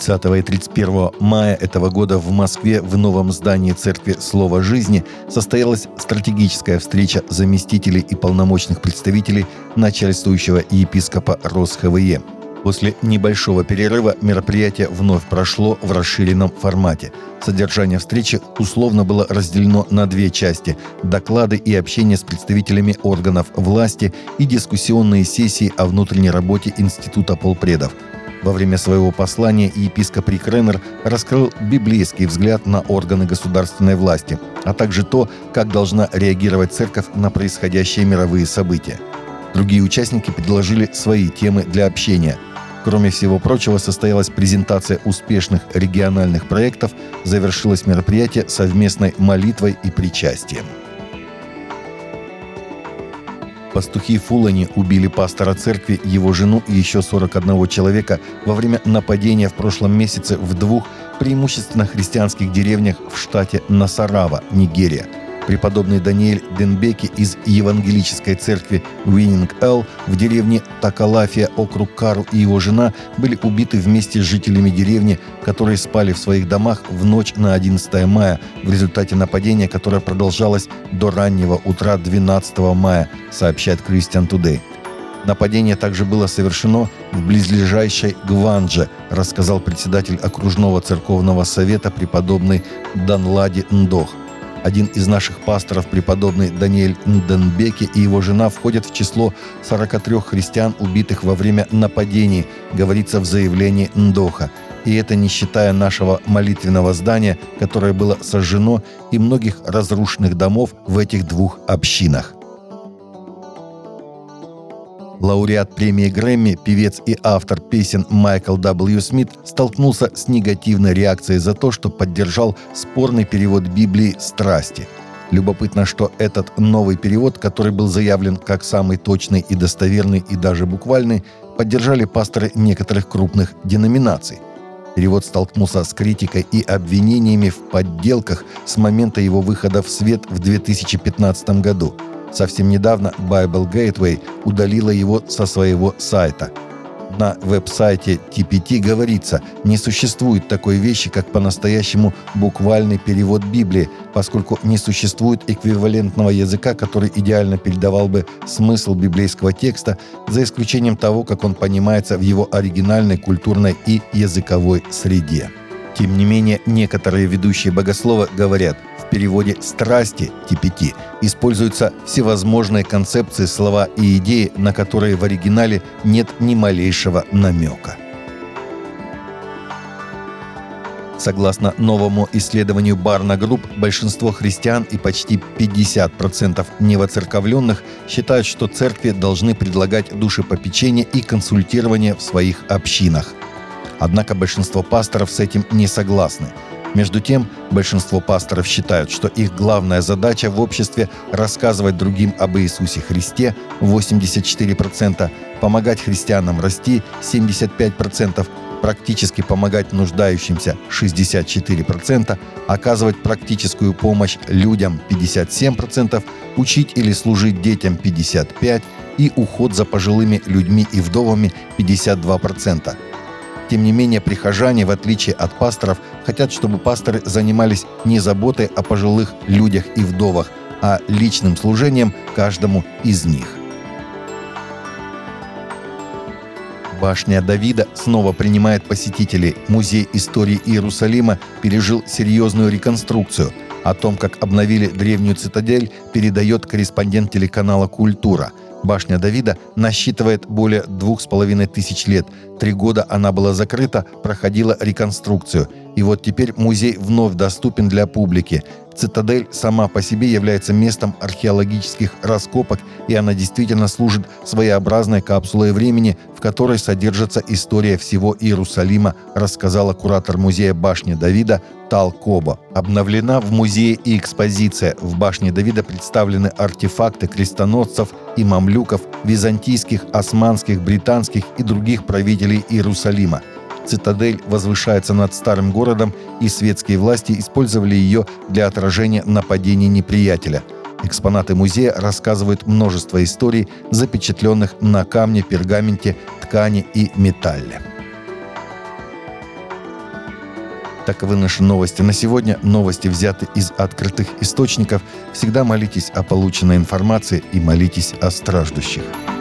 30 и 31 мая этого года в Москве в новом здании Церкви Слова Жизни состоялась стратегическая встреча заместителей и полномочных представителей начальствующего епископа РосХВЕ. После небольшого перерыва мероприятие вновь прошло в расширенном формате. Содержание встречи условно было разделено на две части – доклады и общение с представителями органов власти и дискуссионные сессии о внутренней работе Института полпредов. Во время своего послания епископ Рик Реннер раскрыл библейский взгляд на органы государственной власти, а также то, как должна реагировать церковь на происходящие мировые события. Другие участники предложили свои темы для общения. Кроме всего прочего, состоялась презентация успешных региональных проектов, завершилось мероприятие совместной молитвой и причастием. Пастухи Фулани убили пастора церкви, его жену и еще 41 человека во время нападения в прошлом месяце в двух преимущественно христианских деревнях в штате Насарава, Нигерия. Преподобный Даниэль Денбеки из Евангелической церкви Уиннинг-Эл в деревне Такалафия, округ Кару, и его жена были убиты вместе с жителями деревни, которые спали в своих домах в ночь на 11 мая в результате нападения, которое продолжалось до раннего утра 12 мая, сообщает Christian Today. Нападение также было совершено в близлежащей Гвандже, рассказал председатель окружного церковного совета преподобный Данлади Ндох. Один из наших пасторов, преподобный Даниэль Нденбеки, и его жена входят в число 43 христиан, убитых во время нападений, говорится в заявлении Ндоха. И это не считая нашего молитвенного здания, которое было сожжено, и многих разрушенных домов в этих двух общинах. Лауреат премии Грэмми, певец и автор песен Майкл W. Смит столкнулся с негативной реакцией за то, что поддержал спорный перевод Библии «Страсти». Любопытно, что этот новый перевод, который был заявлен как самый точный и достоверный и даже буквальный, поддержали пасторы некоторых крупных деноминаций. Перевод столкнулся с критикой и обвинениями в подделках с момента его выхода в свет в 2015 году. Совсем недавно Bible Gateway удалила его со своего сайта. На веб-сайте TPT говорится, не существует такой вещи, как по-настоящему буквальный перевод Библии, поскольку не существует эквивалентного языка, который идеально передавал бы смысл библейского текста, за исключением того, как он понимается в его оригинальной культурной и языковой среде. Тем не менее, некоторые ведущие богословы говорят, в переводе «страсти» TPT используются всевозможные концепции, слова и идеи, на которые в оригинале нет ни малейшего намека. Согласно новому исследованию Барна Групп, большинство христиан и почти 50% невоцерковленных считают, что церкви должны предлагать душепопечение и консультирование в своих общинах. Однако большинство пасторов с этим не согласны. Между тем, большинство пасторов считают, что их главная задача в обществе – рассказывать другим об Иисусе Христе – 84%, помогать христианам расти – 75%, практически помогать нуждающимся – 64%, оказывать практическую помощь людям – 57%, учить или служить детям – 55% и уход за пожилыми людьми и вдовами – 52%. Тем не менее, прихожане, в отличие от пасторов, хотят, чтобы пасторы занимались не заботой о пожилых людях и вдовах, а личным служением каждому из них. Башня Давида снова принимает посетителей. Музей истории Иерусалима пережил серьезную реконструкцию. О том, как обновили древнюю цитадель, передает корреспондент телеканала «Культура». Башня Давида насчитывает более 2500 лет. 3 года она была закрыта, проходила реконструкцию. И вот теперь музей вновь доступен для публики. Цитадель сама по себе является местом археологических раскопок, и она действительно служит своеобразной капсулой времени, в которой содержится история всего Иерусалима, рассказала куратор музея Башни Давида Тал Кобо. Обновлена в музее и экспозиция. В Башне Давида представлены артефакты крестоносцев и мамлюков, византийских, османских, британских и других правителей Иерусалима. Цитадель возвышается над старым городом, и светские власти использовали ее для отражения нападений неприятеля. Экспонаты музея рассказывают множество историй, запечатленных на камне, пергаменте, ткани и металле. Таковы наши новости на сегодня. Новости взяты из открытых источников. Всегда молитесь о полученной информации и молитесь о страждущих.